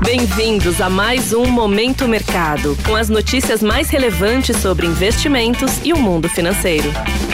Bem-vindos a mais um Momento Mercado, com as notícias mais relevantes sobre investimentos e o mundo financeiro.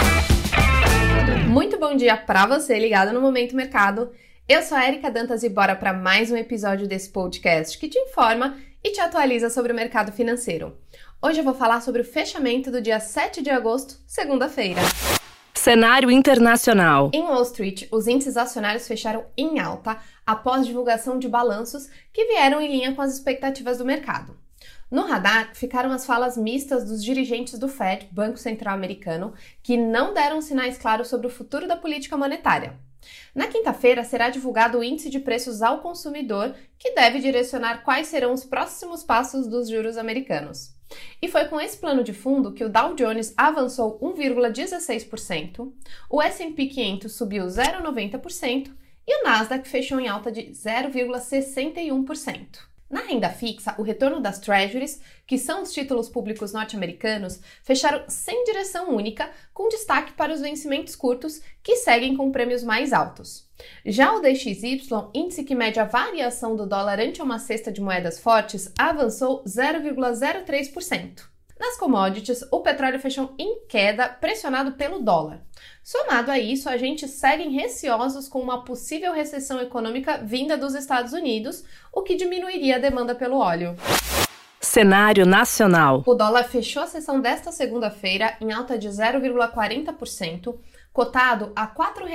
Muito bom dia para você ligado no Momento Mercado. Eu sou a Erika Dantas e bora para mais um episódio desse podcast que te informa e te atualiza sobre o mercado financeiro. Hoje eu vou falar sobre o fechamento do dia 7 de agosto, segunda-feira. Cenário internacional. Em Wall Street, os índices acionários fecharam em alta após divulgação de balanços que vieram em linha com as expectativas do mercado. No radar ficaram as falas mistas dos dirigentes do Fed, Banco Central Americano, que não deram sinais claros sobre o futuro da política monetária. Na quinta-feira será divulgado o índice de preços ao consumidor, que deve direcionar quais serão os próximos passos dos juros americanos. E foi com esse plano de fundo que o Dow Jones avançou 1,16%, o S&P 500 subiu 0,90% e o Nasdaq fechou em alta de 0,61%. Na renda fixa, o retorno das Treasuries, que são os títulos públicos norte-americanos, fecharam sem direção única, com destaque para os vencimentos curtos, que seguem com prêmios mais altos. Já o DXY, índice que mede a variação do dólar ante uma cesta de moedas fortes, avançou 0,03%. Nas commodities, o petróleo fechou em queda, pressionado pelo dólar. Somado a isso, agentes seguem receosos com uma possível recessão econômica vinda dos Estados Unidos, o que diminuiria a demanda pelo óleo. Cenário nacional. O dólar fechou a sessão desta segunda-feira em alta de 0,40%, cotado a R$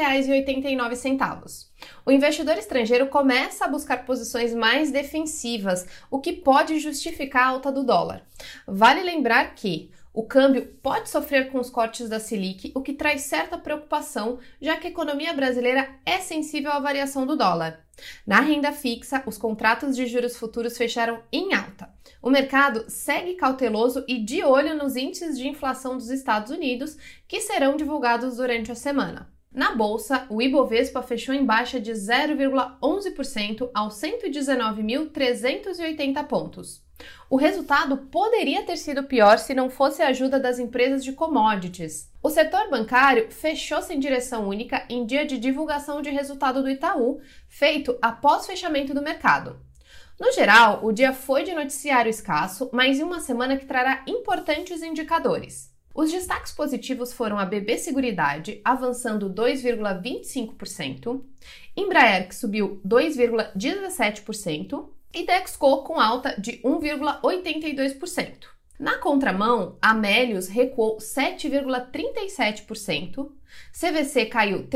4,89. O investidor estrangeiro começa a buscar posições mais defensivas, o que pode justificar a alta do dólar. Vale lembrar que o câmbio pode sofrer com os cortes da Selic, o que traz certa preocupação, já que a economia brasileira é sensível à variação do dólar. Na renda fixa, os contratos de juros futuros fecharam em alta. O mercado segue cauteloso e de olho nos índices de inflação dos Estados Unidos, que serão divulgados durante a semana. Na bolsa, o Ibovespa fechou em baixa de 0,11% aos 119.380 pontos. O resultado poderia ter sido pior se não fosse a ajuda das empresas de commodities. O setor bancário fechou sem direção única em dia de divulgação de resultado do Itaú, feito após fechamento do mercado. No geral, o dia foi de noticiário escasso, mas em uma semana que trará importantes indicadores. Os destaques positivos foram a BB Seguridade, avançando 2,25%, Embraer, que subiu 2,17%, e Dexco, com alta de 1,82%. Na contramão, a Melius recuou 7,37%, CVC caiu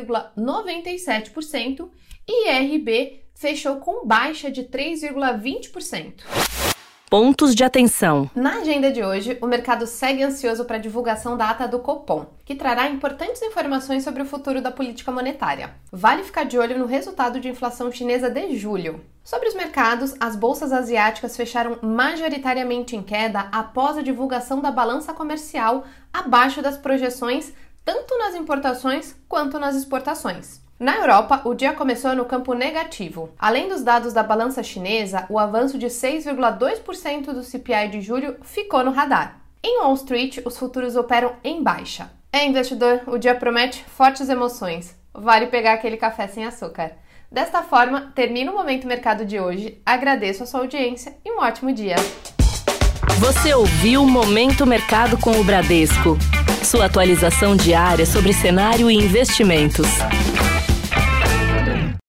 3,97% e IRB fechou com baixa de 3,20%. Pontos de atenção. Na agenda de hoje, o mercado segue ansioso para a divulgação da ata do Copom, que trará importantes informações sobre o futuro da política monetária. Vale ficar de olho no resultado de inflação chinesa de julho. Sobre os mercados, as bolsas asiáticas fecharam majoritariamente em queda após a divulgação da balança comercial abaixo das projeções, tanto nas importações quanto nas exportações. Na Europa, o dia começou no campo negativo. Além dos dados da balança chinesa, o avanço de 6,2% do CPI de julho ficou no radar. Em Wall Street, os futuros operam em baixa. Investidor, o dia promete fortes emoções. Vale pegar aquele café sem açúcar. Desta forma, termina o Momento Mercado de hoje. Agradeço a sua audiência e um ótimo dia. Você ouviu Momento Mercado com o Bradesco. Sua atualização diária sobre cenário e investimentos.